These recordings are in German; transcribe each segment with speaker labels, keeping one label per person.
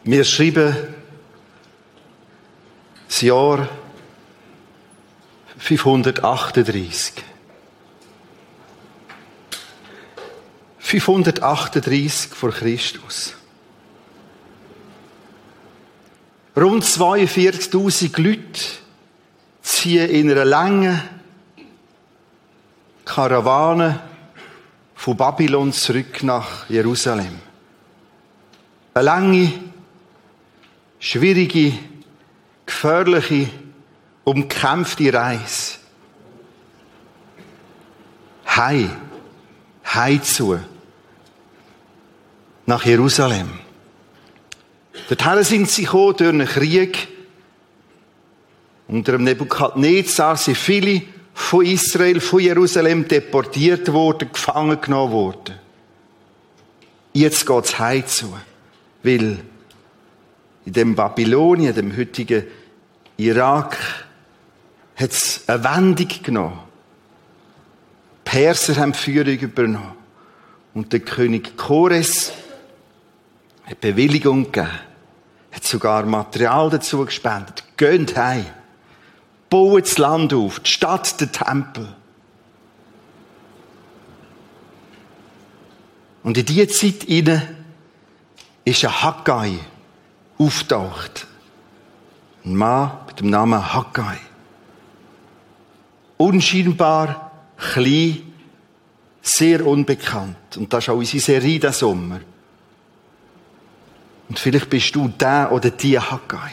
Speaker 1: Wir schreiben das Jahr 538. 538 vor Christus. Rund 42.000 Leute ziehen in einer langen Karawane von Babylon zurück nach Jerusalem. Eine lange, schwierige, gefährliche, umkämpfte Reise. Heim zu. Nach Jerusalem. Dorthin sind sie gekommen durch einen Krieg. Unter dem Nebukadnezar sind viele von Israel, von Jerusalem deportiert worden, gefangen genommen worden. Jetzt geht es heim zu. Weil in dem Babylonien, dem heutigen Irak, hat es eine Wendung genommen. Die Perser haben die Führung übernommen. Und der König Kores hat Bewilligung gegeben. Hat sogar Material dazu gespendet. Geht heim. Bauen das Land auf. Die Stadt, der Tempel. Und in dieser Zeit hinein ist ein Haggai auftaucht. Ein Mann mit dem Namen Haggai. Unscheinbar, klein, sehr unbekannt. Und das ist auch unsere Serie diesen Sommer. Und vielleicht bist du der oder die Haggai.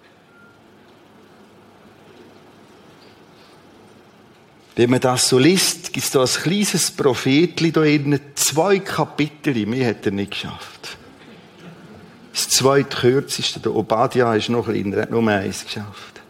Speaker 1: Wenn man das so liest, gibt es da ein kleines Prophetli da innen, 2 Kapitel, mehr hat er nicht geschafft. Das zweitkürzeste, der Obadja ist noch kleiner, er hat nur 1 geschafft.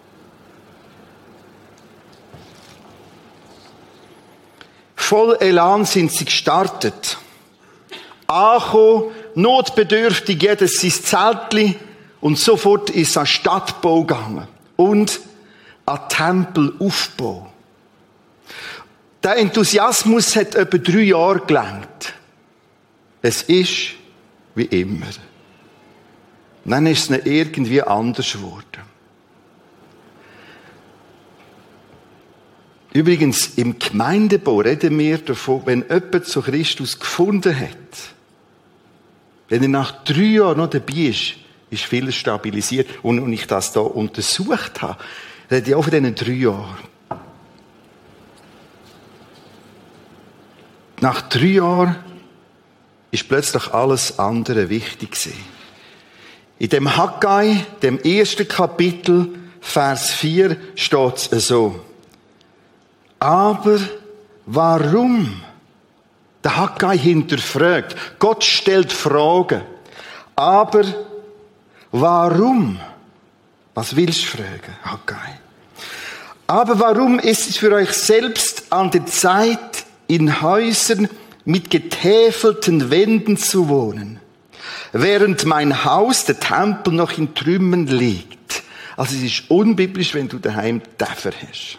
Speaker 1: Voll Elan sind sie gestartet. Angekommen, notbedürftig, jedes sein Zeltli, und sofort ist es an Stadtbau gegangen. Und an Tempelaufbau. Der Enthusiasmus hat etwa 3 Jahre gelangt. Es ist wie immer. Und dann ist es nicht irgendwie anders geworden. Übrigens, im Gemeindebau reden wir davon, wenn jemand zu Christus gefunden hat, wenn er nach 3 Jahren noch dabei ist vieles stabilisiert. Und ich das da untersucht habe, rede ich auch von diesen 3 Jahren. Nach 3 Jahren ist plötzlich alles andere wichtig gewesen. In dem Haggai, dem 1. Kapitel, Vers 4, steht es so. Aber warum? Der Haggai hinterfragt. Gott stellt Fragen. Aber warum? Was willst du fragen, Haggai? Aber warum ist es für euch selbst an der Zeit, in Häusern mit getäfelten Wänden zu wohnen, während mein Haus, der Tempel, noch in Trümmern liegt? Also es ist unbiblisch, wenn du daheim Täfer hast.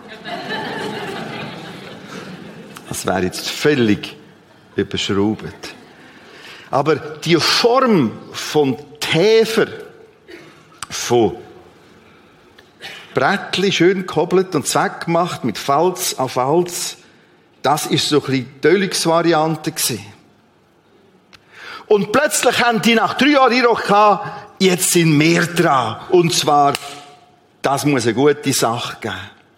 Speaker 1: Das wäre jetzt völlig überschraubt. Aber die Form von Täfer, von Brettli schön gekoppelt und zweckgemacht mit Falz auf Falz, das ist so ein bisschen die Tölungsvariante gewesen. Und plötzlich haben die nach 3 Jahren Eindruck gehabt, jetzt sind wir dran. Und zwar, das muss eine gute Sache geben.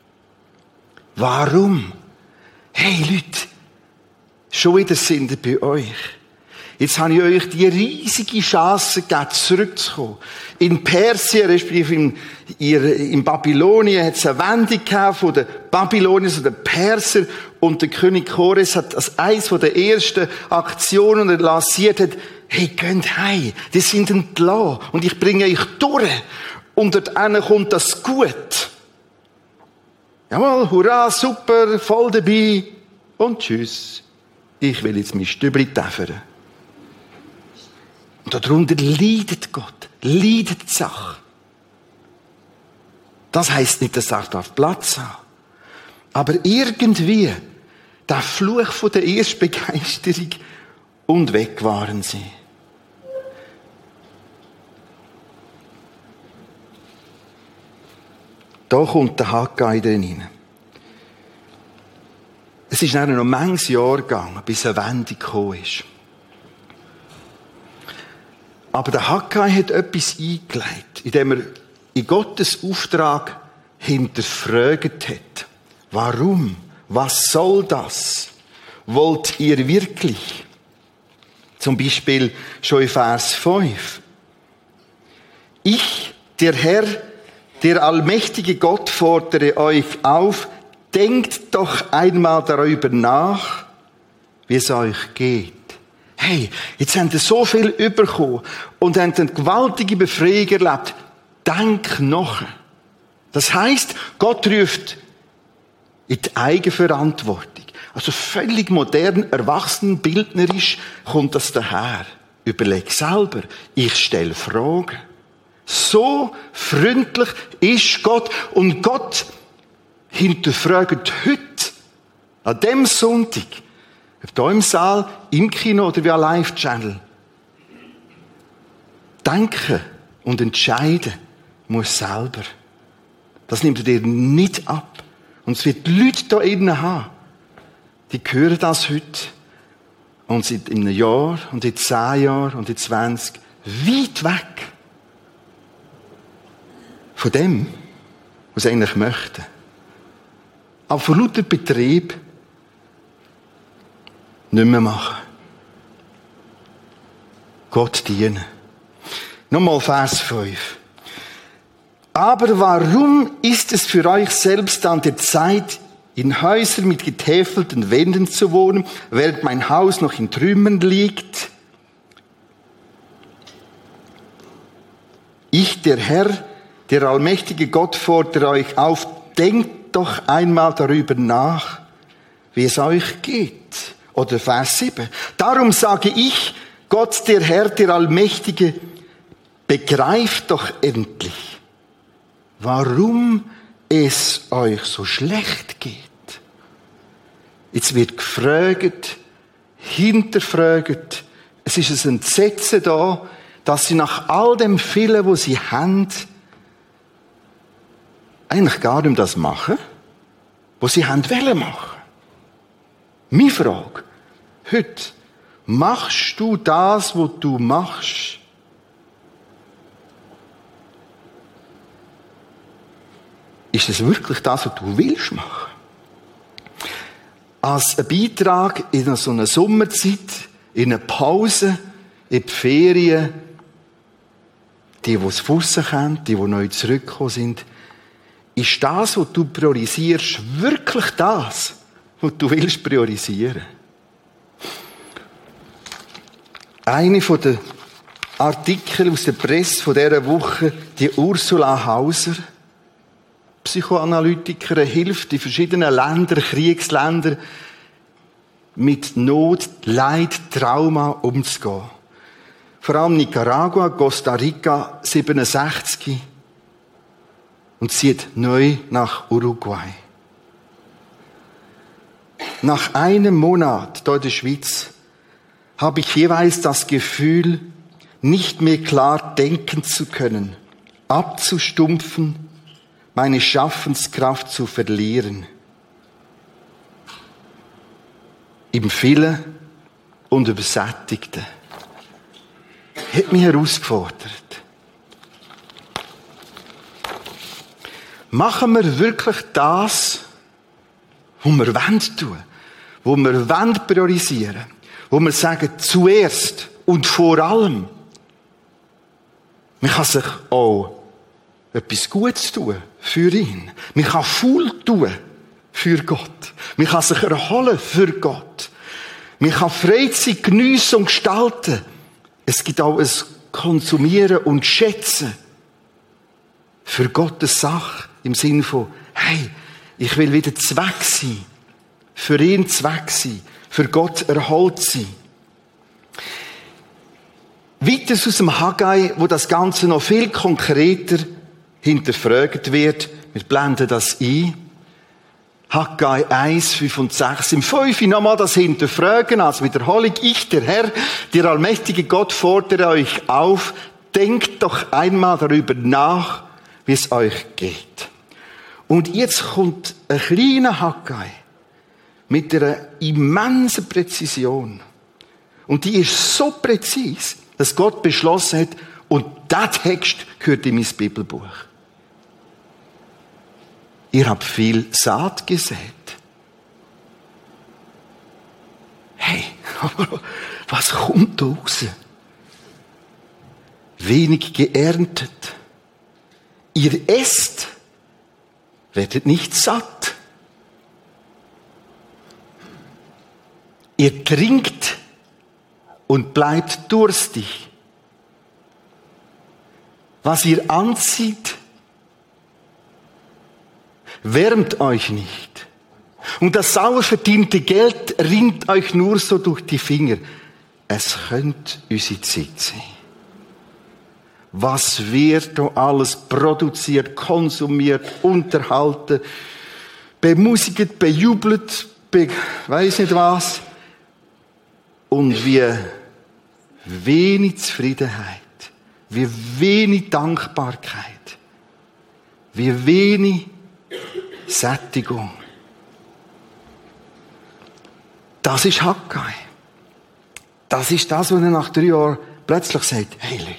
Speaker 1: Warum? Hey Leute, schon wieder sind wir bei euch. Jetzt habe ich euch die riesige Chance gegeben, zurückzukommen. In Persien, respektive in Babylonien, hat es eine Wendung gehabt von den Babyloniern und den Persern. Und der König Kores hat als eines der ersten Aktionen, die er lanciert hat, hey, geht heim, die sind entlassen und ich bringe euch durch. Und dort kommt das gut. Jawohl, hurra, super, voll dabei und tschüss. Ich will jetzt mein Stübli täfern. Und darunter leidet Gott, leidet die Sache. Das heisst nicht, dass er Platz hat. Aber irgendwie, der Fluch von der Erstbegeisterung und weg waren sie. Da kommt der Haggai drin. Es ist dann noch manches Jahr gegangen, bis eine Wendung gekommen ist. Aber der Haggai hat etwas eingeleitet, indem er in Gottes Auftrag hinterfragt hat. Warum? Was soll das? Wollt ihr wirklich? Zum Beispiel schon in Vers 5. Ich, der Herr, der allmächtige Gott, fordere euch auf, denkt doch einmal darüber nach, wie es euch geht. Hey, jetzt habt ihr so viel bekommen und habt eine gewaltige Befreiung erlebt. Denk nach. Das heisst, Gott ruft in die Eigenverantwortung. Also völlig modern, erwachsenenbildnerisch kommt das daher. Überleg selber. Ich stelle Fragen. So freundlich ist Gott. Und Gott hinterfragt heute, an dem Sonntag, ob hier im Saal, im Kino oder via Live-Channel, denken und entscheiden muss selber. Das nimmt er dir nicht ab. Und es wird Leute da innen haben, die hören das heute und sind in einem Jahr und in 10 Jahren und in 20 weit weg von dem, was sie eigentlich möchten. Aber von lauter Betrieb nicht mehr machen. Gott dienen. Nochmal Vers 5. Aber warum ist es für euch selbst an der Zeit, in Häusern mit getäfelten Wänden zu wohnen, während mein Haus noch in Trümmern liegt? Ich, der Herr, der allmächtige Gott, fordere euch auf, denkt doch einmal darüber nach, wie es euch geht. Oder Vers 7. Darum sage ich, Gott, der Herr, der Allmächtige, begreift doch endlich, warum es euch so schlecht geht. Jetzt wird gefragt, hinterfragt. Es ist ein Entsetzen da, dass sie nach all dem vielen, was sie haben, eigentlich gar nicht das machen, was sie haben wollen machen. Meine Frage heute: Machst du das, was du machst? Ist es wirklich das, was du willst machen? Als ein Beitrag in so einer Sommerzeit, in einer Pause, in die Ferien, die es draussen kennen, die neu zurückgekommen sind, ist das, was du priorisierst, wirklich das, was du willst priorisieren? Eine der Artikel aus der Presse von dieser Woche, die Ursula Hauser, Psychoanalytikerin, hilft in verschiedenen Ländern, Kriegsländern, mit Not, Leid, Trauma umzugehen. Vor allem Nicaragua, Costa Rica, 67 und zieht neu nach Uruguay. Nach einem Monat hier in der Schweiz habe ich jeweils das Gefühl, nicht mehr klar denken zu können, abzustumpfen, meine Schaffenskraft zu verlieren. Im Vielen und Übersättigten. Hat mich herausgefordert. Machen wir wirklich das, was wir tun wollen, was wir priorisieren, wo wir sagen, zuerst und vor allem. Man kann sich auch etwas Gutes tun für ihn. Man kann faul tun für Gott. Man kann sich erholen für Gott. Man kann Freizeit geniessen und gestalten. Es gibt auch ein Konsumieren und Schätzen für Gottes Sache im Sinne von, hey, ich will wieder Zweck sein. Für ihn Zweck sein. Für Gott erholt sein. Weiter aus dem Haggai, wo das Ganze noch viel konkreter hinterfragt wird. Wir blenden das ein. Haggai 1, 5 und 6. Im 5 nochmal das Hinterfragen als Wiederholung. Ich, der Herr, der allmächtige Gott, fordere euch auf, denkt doch einmal darüber nach, wie es euch geht. Und jetzt kommt ein kleiner Haggai mit einer immensen Präzision. Und die ist so präzise, dass Gott beschlossen hat, und der Text gehört in mein Bibelbuch. Ihr habt viel Saat gesät. Hey, was kommt da raus? Wenig geerntet. Ihr esst, werdet nicht satt. Ihr trinkt und bleibt durstig. Was ihr anzieht, wärmt euch nicht. Und das sauer verdiente Geld rinnt euch nur so durch die Finger. Es könnte unsere Zeit sein. Was wird da alles produziert, konsumiert, unterhalten, bemusikt, bejubelt, weiss nicht was. Und wie wenig Zufriedenheit, wie wenig Dankbarkeit, wie wenig Sättigung. Das ist Haggai. Das ist das, was er nach 3 Jahren plötzlich sagt, hey Leute,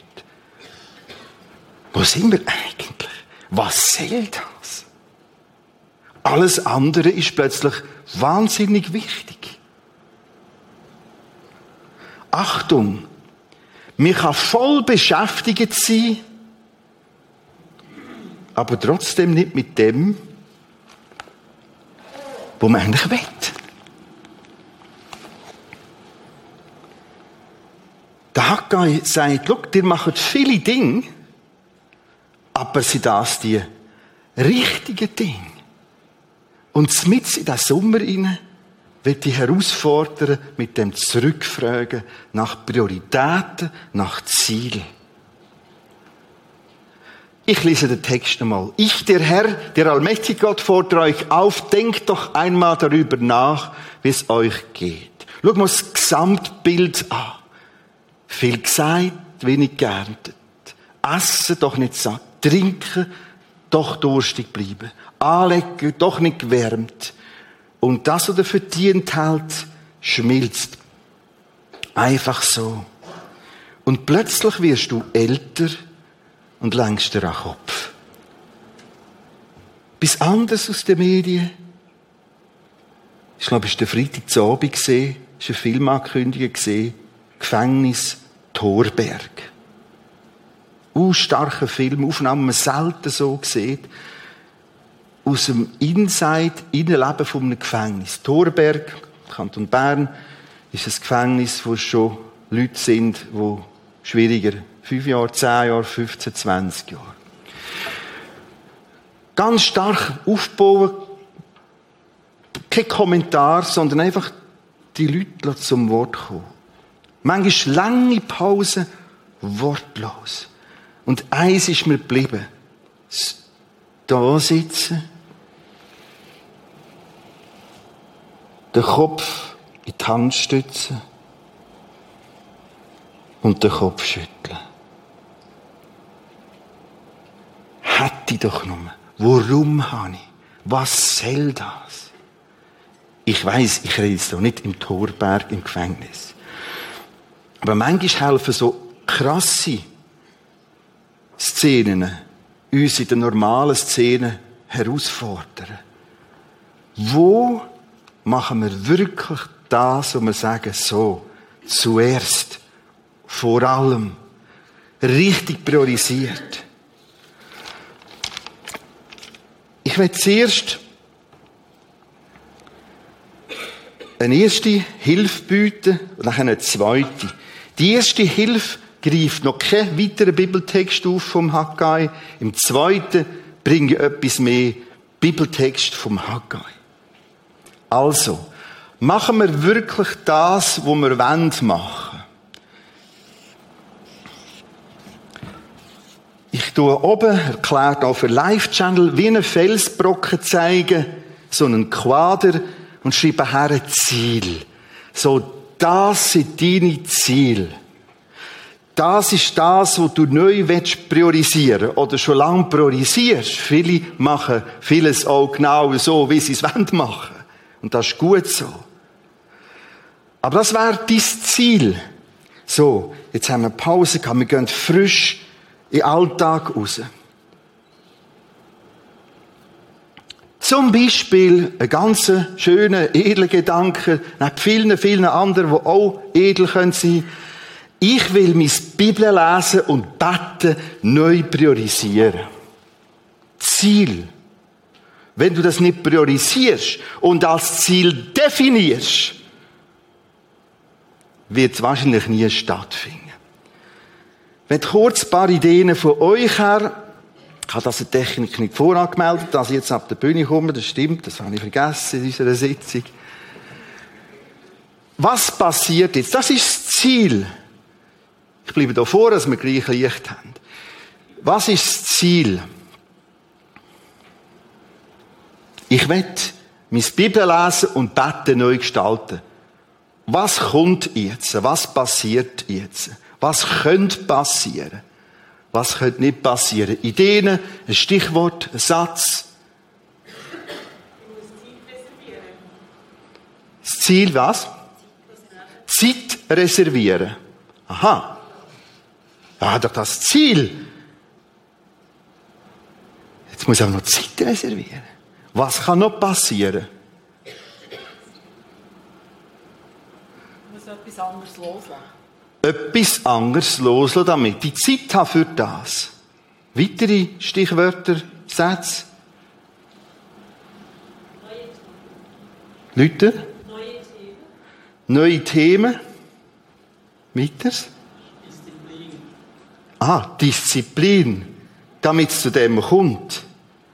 Speaker 1: wo sind wir eigentlich? Was soll das? Alles andere ist plötzlich wahnsinnig wichtig. Achtung, man kann voll beschäftigt sein, aber trotzdem nicht mit dem, was man eigentlich will. Der Haggai sagt, schau, ihr macht viele Dinge, aber sind das die richtigen Dinge? Und mitten in diesen Sommer hinein wird ich herausfordern mit dem Zurückfragen nach Prioritäten, nach Zielen. Ich lese den Text einmal. Ich, der Herr, der allmächtige Gott, fordere euch auf, denkt doch einmal darüber nach, wie es euch geht. Schaut mal das Gesamtbild an. Viel gesagt, wenig geerntet. Essen, doch nicht satt. Trinken, doch durstig bleiben. Anlegen, doch nicht gewärmt. Und das, was er verdient hat, schmilzt. Einfach so. Und plötzlich wirst du älter und längst dir an den Kopf. Bis anders aus den Medien. Ich glaube, es war der Freitagabend, es war eine Filmankündigung, Gefängnis Thorberg. Starker Film, Aufnahmen, man selten so sieht. Aus dem Innenleben von einem Gefängnis. Thorberg, Kanton Bern, ist ein Gefängnis, wo schon Leute sind, die schwieriger, 5 Jahre, 10 Jahre, 15, 20 Jahre. Ganz stark aufbauen, kein Kommentar, sondern einfach die Leute zum Wort kommen. Manchmal lange Pausen, wortlos. Und eins ist mir geblieben. Da sitzen, den Kopf in die Hand stützen und den Kopf schütteln. Hätte ich doch nur. Warum habe ich? Was soll das? Ich weiss, ich rede jetzt doch nicht im Thorberg im Gefängnis. Aber manchmal helfen so krasse Szenen uns in den normalen Szenen herausfordern. Wo machen wir wirklich das, was wir sagen, so, zuerst, vor allem, richtig priorisiert? Ich will zuerst eine erste Hilfe bieten und dann eine zweite. Die erste Hilfe greift noch keinen weiteren Bibeltext auf vom Haggai. Im zweiten bringe ich etwas mehr Bibeltext vom Haggai. Also, machen wir wirklich das, was wir machen wollen. Ich tue oben, erklärt auch für Live-Channel, wie einen Felsbrocken zeigen, so einen Quader, und schreibe her ein Ziel. So, das sind deine Ziele. Das ist das, was du neu priorisieren willst oder schon lange priorisierst. Viele machen vieles auch genau so, wie sie es machen wollen. Und das ist gut so. Aber das wäre dein Ziel. So, jetzt haben wir Pause gehabt, wir gehen frisch in den Alltag raus. Zum Beispiel ein ganz schöner, edler Gedanke, neben vielen, vielen anderen, die auch edel sein können. Ich will meine Bibel lesen und beten neu priorisieren. Ziel. Wenn du das nicht priorisierst und als Ziel definierst, wird es wahrscheinlich nie stattfinden. Wenn kurz ein paar Ideen von euch her, ich habe das in der Technik nicht vorangemeldet, dass ich jetzt ab der Bühne komme, das stimmt, das habe ich vergessen in unserer Sitzung. Was passiert jetzt? Das ist das Ziel. Ich bleibe da vor, dass wir gleich Licht haben. Was ist das Ziel? Ich will meine Bibel lesen und beten neu gestalten. Was kommt jetzt? Was passiert jetzt? Was könnte passieren? Was könnte nicht passieren? Ideen, ein Stichwort, ein Satz. Das Ziel was? Zeit reservieren. Aha. Ja, doch das Ziel. Jetzt muss ich auch noch Zeit reservieren. Was kann noch passieren?
Speaker 2: Ich muss etwas anderes loslassen.
Speaker 1: Etwas anderes loslassen, damit ich Zeit habe für das. Weitere Stichwörter, Sätze? Leute? Neue Themen. Weiters? Disziplin. Damit es zu dem kommt.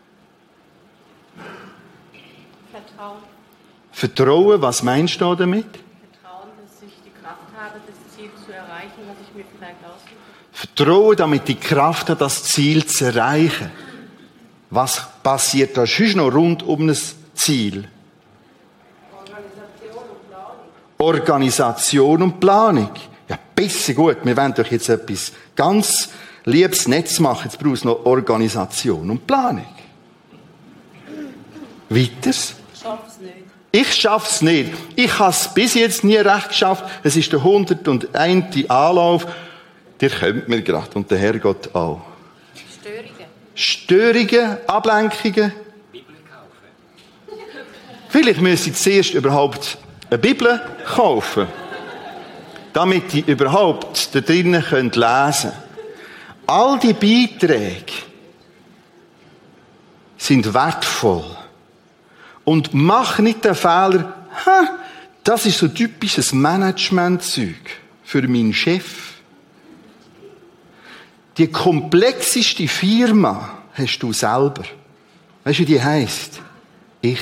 Speaker 2: Vertrauen.
Speaker 1: Vertrauen, was meinst du damit?
Speaker 2: Vertrauen, dass ich die Kraft habe, das Ziel zu erreichen, was ich mir vielleicht aussuche.
Speaker 1: Vertrauen, damit ich die Kraft habe, das Ziel zu erreichen. Was passiert da sonst noch rund um das Ziel? Organisation und Planung. Ja, besser gut. Wir wollen doch jetzt etwas ganz liebes Netz machen. Jetzt braucht es noch Organisation und Planung. Weiters? Ich schaffe es nicht. Ich habe es bis jetzt nie recht geschafft. Es ist der 101. Anlauf. Der kommt mir gerade und der Herrgott auch. Störungen, Ablenkungen.
Speaker 3: Bibel kaufen.
Speaker 1: Vielleicht müssen Sie zuerst überhaupt eine Bibel kaufen, damit die überhaupt da drinnen lesen können. All die Beiträge sind wertvoll. Und mach nicht den Fehler, das ist so typisches Management-Zeug für meinen Chef. Die komplexeste Firma hast du selber. Weißt du, wie die heisst? Ich.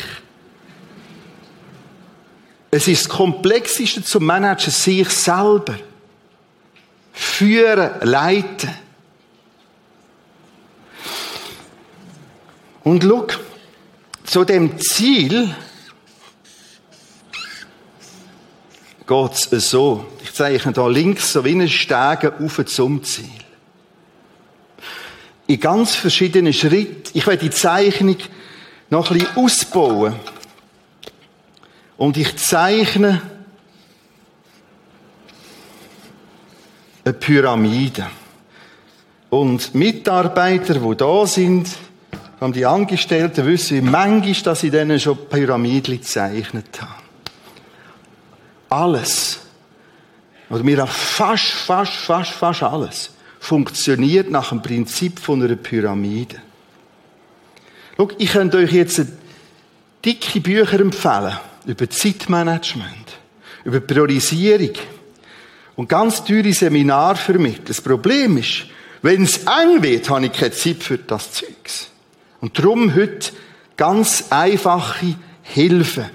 Speaker 1: Es ist das Komplexeste zum Managen, sich selber. Führen, leiten. Und schau, zu dem Ziel geht es so. Ich zeichne da links so wie einen Stegen auf zum Ziel. In ganz verschiedenen Schritten. Ich werde die Zeichnung noch ein bisschen ausbauen. Und ich zeichne eine Pyramide. Und Mitarbeiter, die da sind, haben die Angestellten wissen, wie manchmal, dass ich denen schon Pyramiden gezeichnet habe. Alles, oder mir auch fast alles, funktioniert nach dem Prinzip von einer Pyramide. Schau, ich könnte euch jetzt dicke Bücher empfehlen über Zeitmanagement, über Priorisierung und ganz teure Seminare vermitteln. Das Problem ist, wenn es eng wird, habe ich keine Zeit für das Zeugs. Und darum heute ganz einfache Hilfe.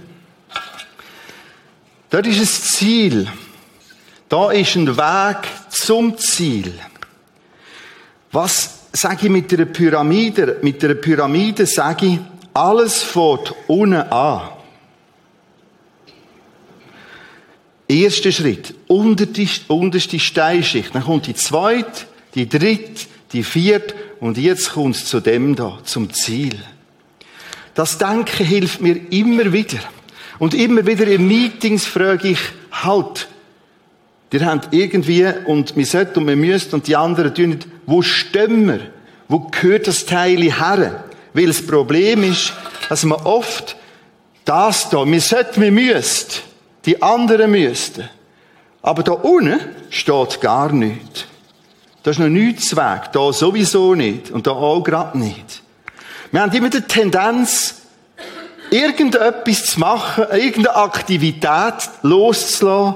Speaker 1: Das ist das Ziel. Da ist ein Weg zum Ziel. Was sage ich mit einer Pyramide? Mit einer Pyramide sage ich, alles fängt unten an. Erster Schritt, unterste Steinschicht. Dann kommt die zweite, die dritte, die vierte und jetzt kommt es zu dem da, zum Ziel. Das Denken hilft mir immer wieder. Und immer wieder in Meetings frage ich, halt, ihr habt irgendwie, und wir sollten und wir müssen, und die anderen tun nicht, wo stehen wir? Wo gehört das Teil her? Weil das Problem ist, dass man oft das da, wir sollten, wir müssen, die anderen müssten. Aber da unten steht gar nichts. Da ist noch nichts weg, da sowieso nicht und da auch gerade nicht. Wir haben immer die Tendenz, irgendetwas zu machen, irgendeine Aktivität loszulassen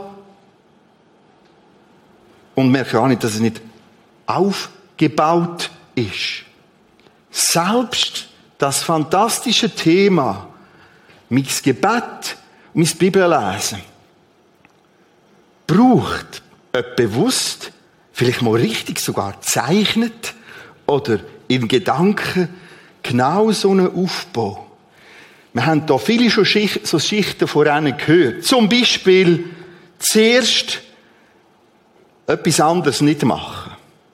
Speaker 1: und merken gar nicht, dass es nicht aufgebaut ist. Selbst das fantastische Thema, mein Gebet, mein Bibellesen, braucht jemand bewusst, vielleicht mal richtig sogar zeichnet oder in Gedanken genau so einen Aufbau. Wir haben da viele schon so Schichten voran gehört. Zum Beispiel zuerst etwas anderes nicht machen.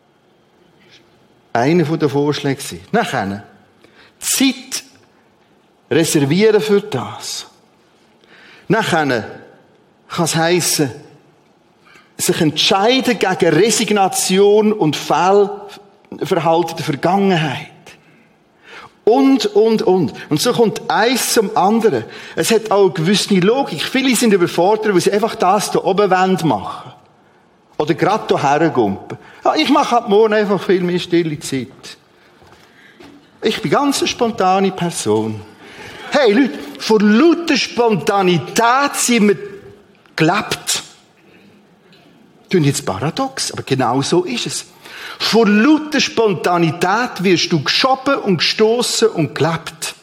Speaker 1: Einer der Vorschläge war. Nachher Zeit reservieren für das. Nachher kann es heissen, sich entscheiden gegen Resignation und Fehlverhalten der Vergangenheit. Und. Und so kommt eins zum anderen. Es hat auch eine gewisse Logik. Viele sind überfordert, weil sie einfach das da oben machen wollen. Oder gerade hierher gumpen. Ja, ich mache ab morgen einfach viel mehr stille Zeit. Ich bin ganz eine spontane Person. Hey Leute, vor lauter Spontanität sind wir gelebt. Klingt jetzt paradox, aber genau so ist es. Vor lauter Spontanität wirst du geschoben und gestossen und gelebt.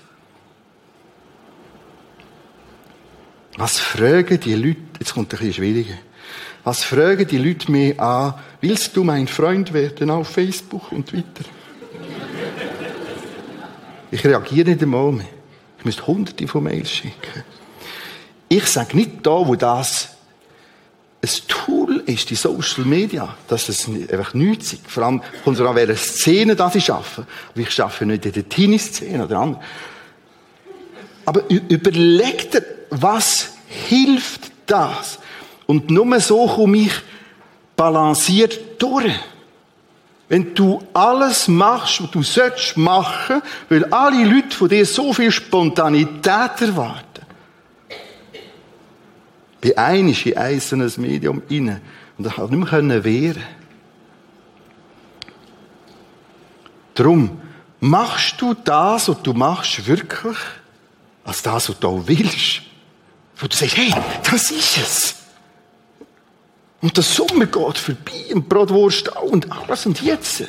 Speaker 1: Was fragen die Leute, jetzt kommt ein bisschen schwieriger, was fragen die Leute mir an, willst du mein Freund werden auf Facebook und Twitter? Ich reagiere nicht einmal mehr. Ich müsste hunderte von Mails schicken. Ich sage nicht da, wo das ein Tool ist, die Social Media, dass es einfach nichts ist. Vor allem kommt es an, welche Szene das ich arbeite. Aber ich arbeite nicht in der Teenie-Szene oder andere. Aber überleg dir, was hilft das? Und nur so komme ich balanciert durch. Wenn du alles machst, was du sollst machen, weil alle Leute von dir so viel Spontanität erwarten. Bei einem ist in ein so ein Medium rein und er kann nicht mehr wehren. Darum, machst du das, was du machst, wirklich als das, was du auch willst? Wo du sagst, hey, das ist es. Und der Sommer geht vorbei und Bratwurst auch und alles und jetzt.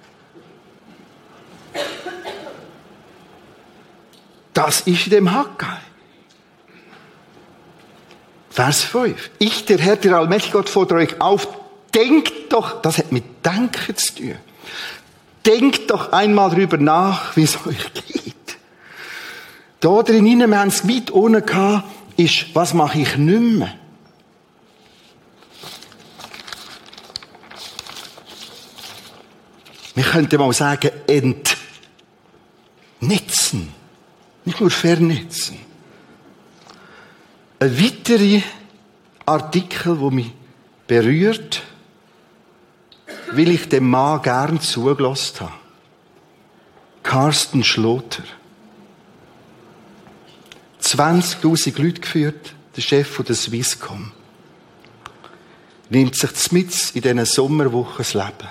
Speaker 1: Das ist in dem Haggai. Vers 5. Ich, der Herr, der allmächtige Gott, fordere euch auf, denkt doch, das hat mit Denken zu tun. Denkt doch einmal darüber nach, wie es euch geht. Da drinnen, wir haben es weit unten gehabt, ist, was mache ich nicht mehr? Wir könnten mal sagen, entnetzen. Nicht nur vernetzen. Ein weiterer Artikel, der mich berührt, weil ich dem Mann gern zugelassen habe. Carsten Schloter. 20.000 Leute geführt, der Chef von der Swisscom. Nimmt sich mitten in diesen Sommerwochen das Leben.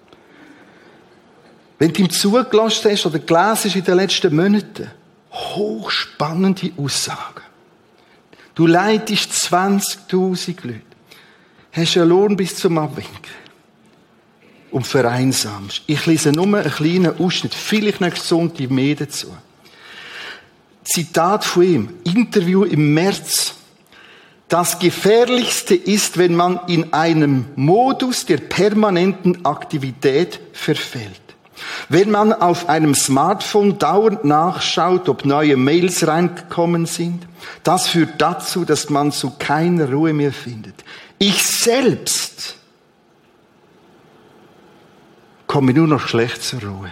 Speaker 1: Wenn du ihm zugelassen hast oder gelesen hast in den letzten Monaten, hochspannende Aussagen. Du leitest 20.000 Leute, hast einen Lohn bis zum Abwinken und vereinsamst. Ich lese nur einen kleinen Ausschnitt, vielleicht nächste Sonntag mehr dazu. Zitat von ihm, Interview im März. Das Gefährlichste ist, wenn man in einem Modus der permanenten Aktivität verfällt. Wenn man auf einem Smartphone dauernd nachschaut, ob neue Mails reingekommen sind, das führt dazu, dass man zu keiner Ruhe mehr findet. Ich selbst komme nur noch schlecht zur Ruhe.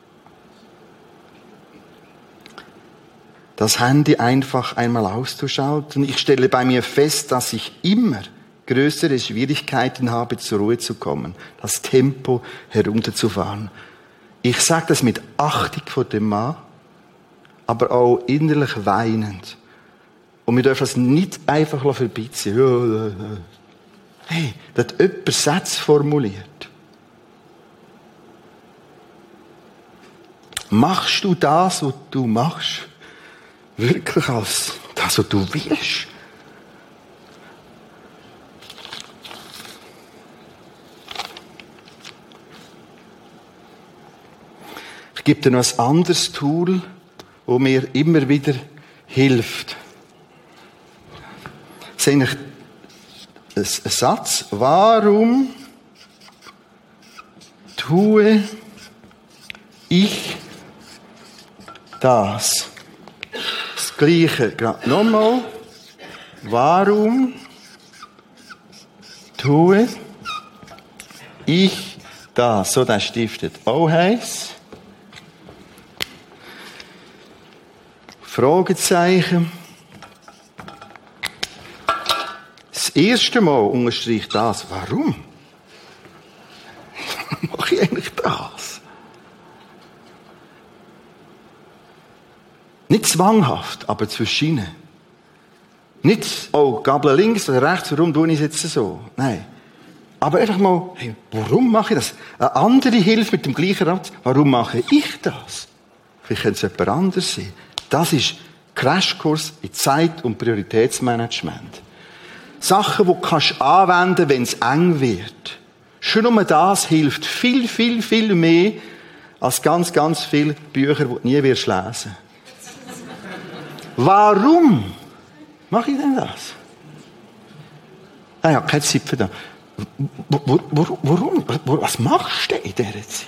Speaker 1: Das Handy einfach einmal auszuschalten. Ich stelle bei mir fest, dass ich immer größere Schwierigkeiten habe, zur Ruhe zu kommen, das Tempo herunterzufahren. Ich sage das mit Achtung vor dem Mann, aber auch innerlich weinend. Und wir dürfen es nicht einfach vorbeiziehen. Hey, da hat jemand Sätze formuliert. Machst du das, was du machst, wirklich als das, was du willst? Ich gebe dir noch ein anderes Tool, das mir immer wieder hilft. Das ist eigentlich ein Satz. Warum tue ich das? Das Gleiche. Gerade nochmal. Warum tue ich das? So, das stiftet auch heiß. Fragezeichen. Das erste Mal unterstreicht das. Warum? Mache ich eigentlich das? Nicht zwanghaft, aber zwischen ihnen. Nicht, oh, Gabel links oder rechts, warum tue ich es jetzt so? Nein. Aber einfach mal, hey, warum mache ich das? Eine andere Hilfe mit dem gleichen Rat. Warum mache ich das? Vielleicht könnte es jemand anders sein. Das ist Crashkurs in Zeit- und Prioritätsmanagement. Sachen, die du anwenden kannst, wenn es eng wird. Schon nur das hilft viel, viel, viel mehr als ganz, ganz viele Bücher, die du nie wirst lesen. Warum mache ich denn das? Ich habe keine Zeit für das. Warum? Was machst du in dieser Zeit?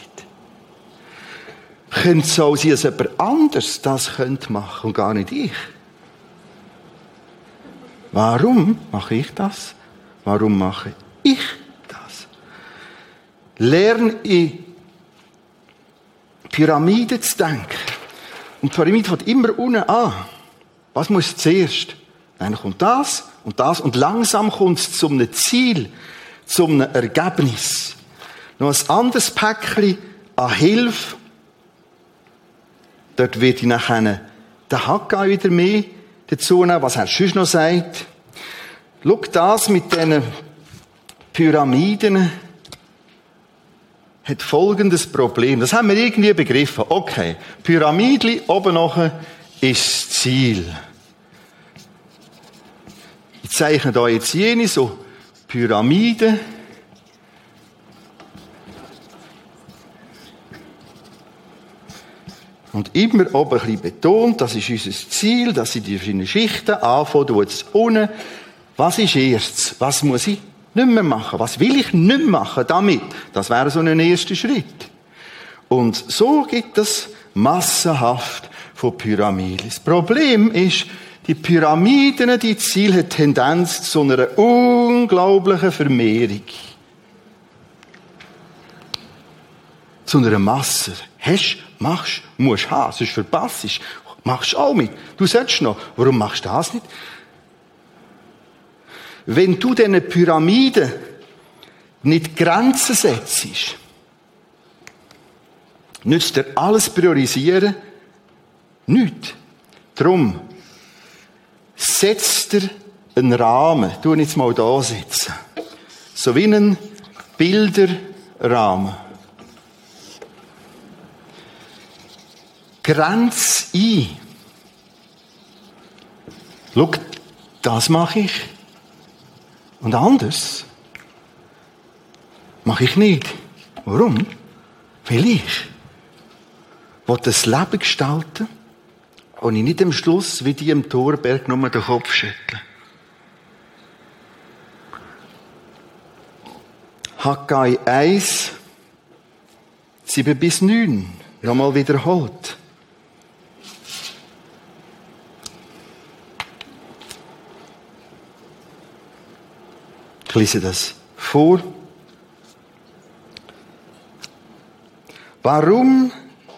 Speaker 1: Könnte es so sein, dass jemand anderes das machen könnte und gar nicht ich? Warum mache ich das? Warum mache ich das? Lerne in Pyramiden zu denken. Und die Pyramide fängt immer unten an. Was muss zuerst? Dann kommt das und langsam kommt es zu einem Ziel, zu einem Ergebnis. Noch ein anderes Päckchen an Hilfe. Dort wird ich nachher den Haggai wieder mehr dazu nehmen, was er sonst noch sagt. Schau, das mit diesen Pyramiden hat folgendes Problem. Das haben wir irgendwie begriffen. Okay, Pyramidli oben noch ist das Ziel. Ich zeichne da jetzt jene so Pyramiden. Und immer oben ein bisschen betont, das ist unser Ziel, das sind die verschiedenen Schichten, anfangen, du jetzt unten. Was ist erstes? Was muss ich nicht mehr machen? Was will ich nicht mehr machen damit? Das wäre so ein erster Schritt. Und so gibt es massenhaft von Pyramiden. Das Problem ist, die Pyramiden, die Ziel hat Tendenz zu einer unglaublichen Vermehrung. Zu einer Masse. Hast, machst, musst haben, sonst verpasst. Machst auch mit. Du sollst noch. Warum machst du das nicht? Wenn du diesen Pyramiden nicht Grenzen setzt, nützt dir alles priorisieren nichts. Drum setzt dir einen Rahmen. Tu ihn jetzt mal da sitzen. So wie einen Bilderrahmen. Grenz ein. Schau, das mache ich. Und anders mache ich nicht. Warum? Weil ich will das Leben gestalten und ich nicht am Schluss wie die im Thorberg nur den Kopf schüttle. Haggai 1, 7 bis 9. Nochmal wiederholt. Ich lese das vor. Warum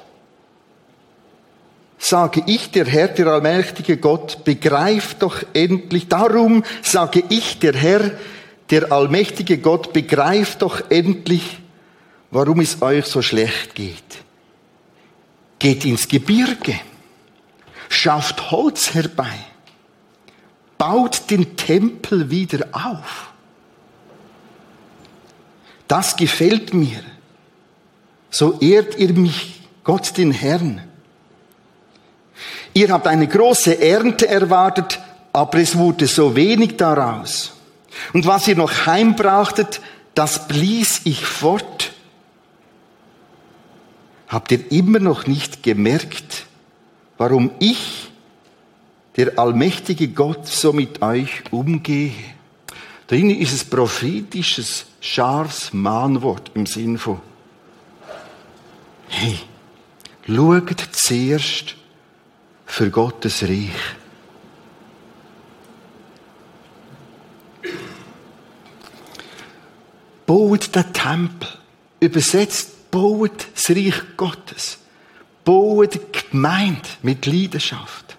Speaker 1: sage ich, der Herr, der allmächtige Gott, begreift doch endlich. Darum sage ich, der Herr, der allmächtige Gott, begreift doch endlich, warum es euch so schlecht geht. Geht ins Gebirge, schafft Holz herbei, baut den Tempel wieder auf. Das gefällt mir. So ehrt ihr mich, Gott den Herrn. Ihr habt eine große Ernte erwartet, aber es wurde so wenig daraus. Und was ihr noch heimbrachtet, das blies ich fort. Habt ihr immer noch nicht gemerkt, warum ich, der allmächtige Gott, so mit euch umgehe? Drinnen ist es prophetisches, scharfes Mahnwort im Sinn von: Hey, schaut zuerst für Gottes Reich. Baut den Tempel. Übersetzt, baut das Reich Gottes. Baut die Gemeinde mit Leidenschaft.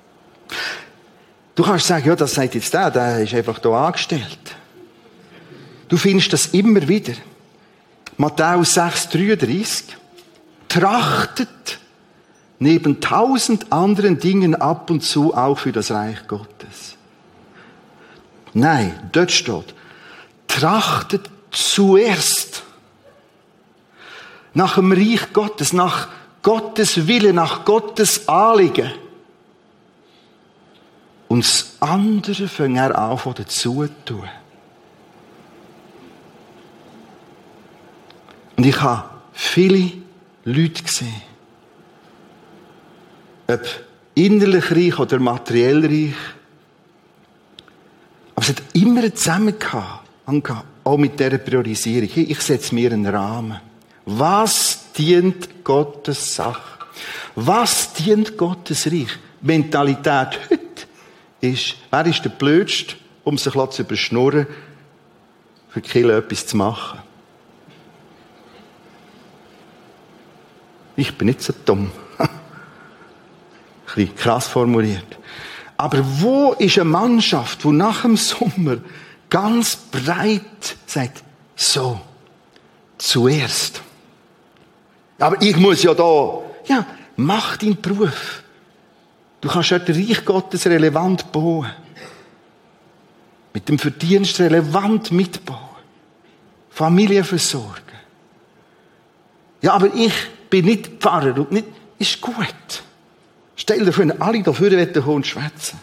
Speaker 1: Du kannst sagen, ja, das sagt jetzt der ist einfach hier angestellt. Du findest das immer wieder. Matthäus 6,33. Trachtet neben 1000 anderen Dingen ab und zu auch für das Reich Gottes. Nein, dort steht, trachtet zuerst nach dem Reich Gottes, nach Gottes Wille, nach Gottes Anliegen. Und das andere fängt er an, dazu zu tun. Und ich habe viele Leute gesehen, ob innerlich reich oder materiell reich, aber es hat immer einen Zusammenhang, auch mit dieser Priorisierung. Ich setze mir einen Rahmen. Was dient Gottes Sache? Was dient Gottes Reich? Mentalität heute ist, wer ist der Blödste, um sich zu überschnurren, für die Kirche etwas zu machen? Ich bin nicht so dumm. Ein bisschen krass formuliert. Aber wo ist eine Mannschaft, die nach dem Sommer ganz breit sagt, so, zuerst. Aber ich muss ja da, ja, mach deinen Beruf. Du kannst ja das Reich Gottes relevant bauen. Mit dem Verdienst relevant mitbauen. Familie versorgen. Ja, aber ich bin nicht Pfarrer und nicht, ist gut. Stell dir vor, alle da vorne wollen kommen und schwätzen.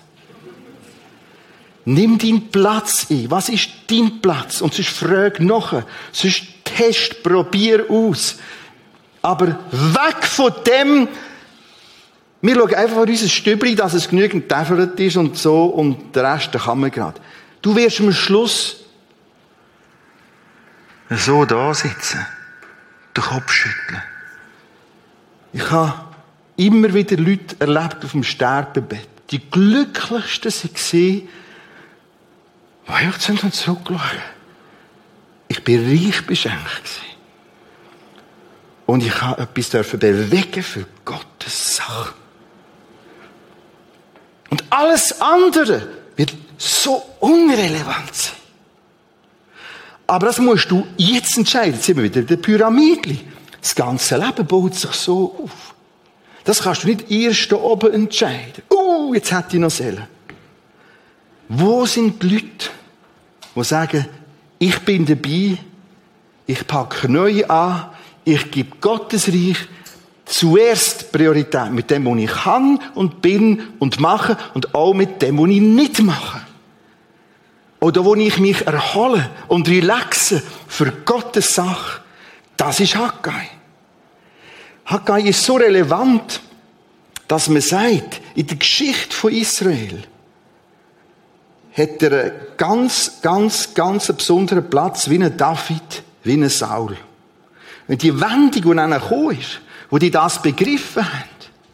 Speaker 1: Nimm deinen Platz ein. Was ist dein Platz? Und sonst frag nachher. Sonst test, probier aus. Aber weg von dem, wir schauen einfach auf unser Stübli, dass es genügend getäfelt ist und so, und den Rest, den kann man gerade. Du wirst am Schluss so da sitzen, den Kopf schütteln. Ich habe immer wieder Leute erlebt auf dem Sterbebett. Die glücklichsten waren, die jetzt sind und zurückgeschaut. Ich bin reich beschenkt. Und ich habe etwas bewegen für Gottes Sache. Und alles andere wird so unrelevant sein. Aber das musst du jetzt entscheiden. Jetzt sind wir wieder in der Pyramide. Das ganze Leben baut sich so auf. Das kannst du nicht erst da oben entscheiden. Jetzt hätte ich noch sollen. Wo sind die Leute, die sagen, ich bin dabei, ich packe neu an, ich gebe Gottes Reich zuerst Priorität mit dem, was ich kann und bin und mache, und auch mit dem, was ich nicht mache. Oder wo ich mich erhole und relaxe für Gottes Sache. Das ist Haggai. Haggai ist so relevant, dass man sagt, in der Geschichte von Israel hat er einen ganz besonderen Platz, wie ein David, wie ein Saul. Wenn die Wendung, die dann gekommen ist, wo die das begriffen haben.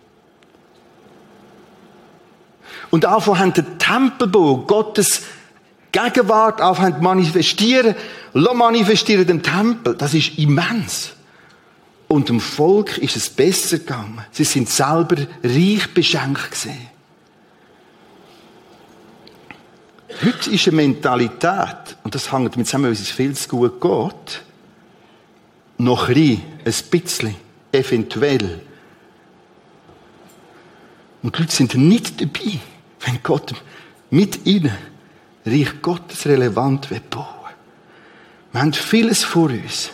Speaker 1: Und davon haben den Tempelbau, Gottes Gegenwart, anfangen manifestieren dem Tempel. Das ist immens. Und dem Volk ist es besser gegangen. Sie sind selber reich beschenkt gewesen. Heute ist eine Mentalität, und das hängt mit zusammen, weil es viel zu gut geht, noch ein bisschen, eventuell. Und die Leute sind nicht dabei, wenn Gott mit ihnen Reich Gottes relevant bauen will. Wir haben vieles vor uns.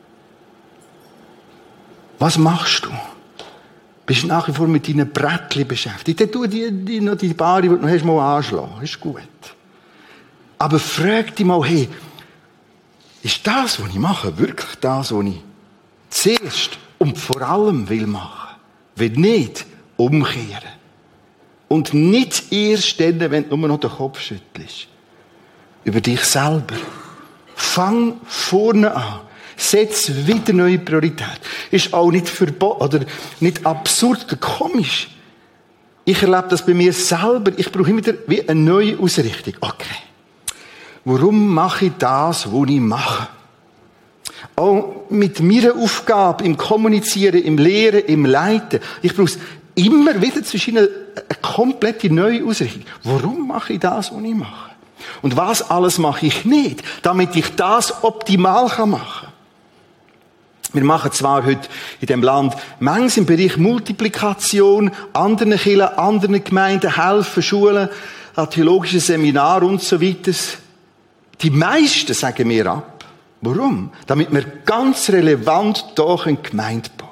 Speaker 1: Was machst du? Bist du nach wie vor mit deinen Brettchen beschäftigt? Dann tu die Bari, die du noch hast, mal anschlagen. Ist gut. Aber frag dich mal, hey, ist das, was ich mache, wirklich das, was ich zuerst und vor allem will machen? Wenn nicht, umkehren. Und nicht erst dann, wenn du nur noch den Kopf schüttelst. Über dich selber. Fang vorne an. Setz wieder neue Priorität. Ist auch nicht verboten oder nicht absurd oder komisch. Ich erlebe das bei mir selber. Ich brauche immer wieder wie eine neue Ausrichtung. Okay. Warum mache ich das, was ich mache? Auch mit meiner Aufgabe im Kommunizieren, im Lehren, im Leiten. Ich brauche es immer wieder zwischen eine komplette neue Ausrichtung. Warum mache ich das, was ich mache? Und was alles mache ich nicht, damit ich das optimal machen kann. Wir machen zwar heute in diesem Land manches im Bereich Multiplikation, anderen Kirchen, anderen Gemeinden helfen, Schulen, theologische Seminare und so weiter. Die meisten sagen wir ab. Warum? Damit wir ganz relevant hier eine Gemeinde bauen.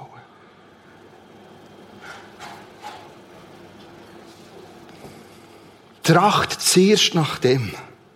Speaker 1: Tracht zuerst nach dem.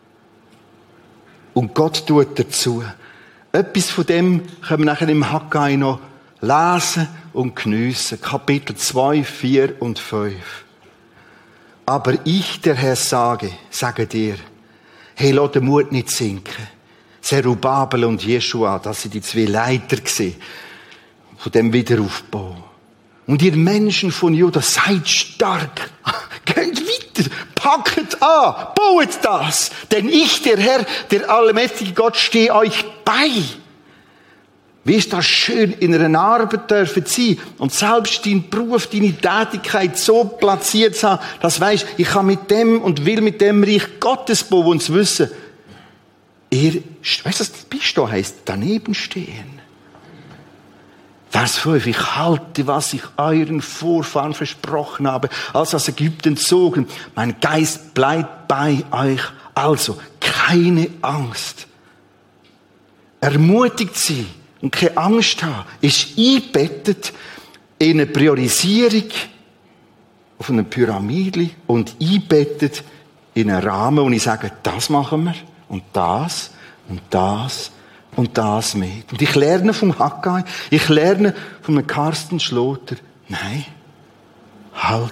Speaker 1: Und Gott tut dazu. Etwas von dem können wir nachher im Haggai noch lesen und geniessen. Kapitel 2, 4 und 5. Aber ich, der Herr, sage dir, hey, lass den Mut nicht sinken. Zerubabel und Jeschua, das sind die zwei Leiter gewesen, von dem Wiederaufbau. Und ihr Menschen von Juda, seid stark. Geht weiter. Packt an. Baut das. Denn ich, der Herr, der allmächtige Gott, stehe euch bei. Wie ist das schön, in einer Arbeit dürfen sein und selbst deinen Beruf, deine Tätigkeit so platziert zu haben, dass weisst, ich kann mit dem und will mit dem Reich Gottes bauen und zu wissen, weißt du, was bist du heisst? Daneben stehen. Vers 5. Ich halte, was ich euren Vorfahren versprochen habe, als aus Ägypten zogen. Mein Geist bleibt bei euch. Also, keine Angst. Ermutigt sie und keine Angst haben. Ist eingebettet in eine Priorisierung auf einer Pyramide und eingebettet in einen Rahmen, wo ich sage, das machen wir und das und das und das mit. Und ich lerne vom Haggai, ich lerne von Carsten Schloter. Nein, halt.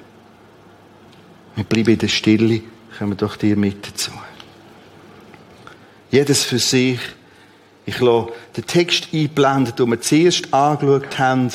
Speaker 1: Wir bleiben in der Stille, kommen doch dir mit dazu. Jedes für sich. Ich lasse den Text einblenden, den wir zuerst angeschaut haben.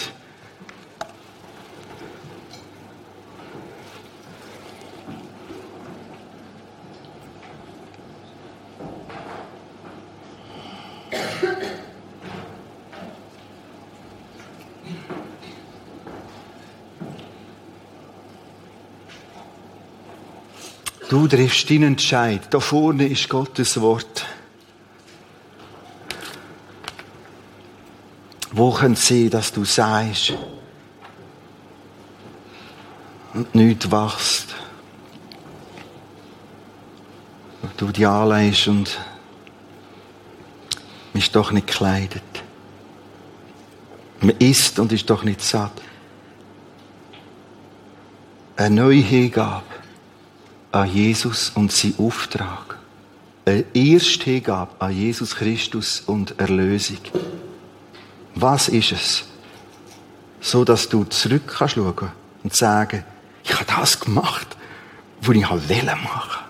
Speaker 1: Du triffst deinen Entscheid. Da vorne ist Gottes Wort. Wo können sie, dass du sagst und nichts wachst? Du die anlegst und man ist doch nicht gekleidet. Man isst und ist doch nicht satt. Eine neue Hingabe an Jesus und sein Auftrag. Eine erste Hingabe an Jesus Christus und Erlösung. Was ist es? So, dass du zurück kannst schauen und sagen, ich habe das gemacht, was ich machen wollte.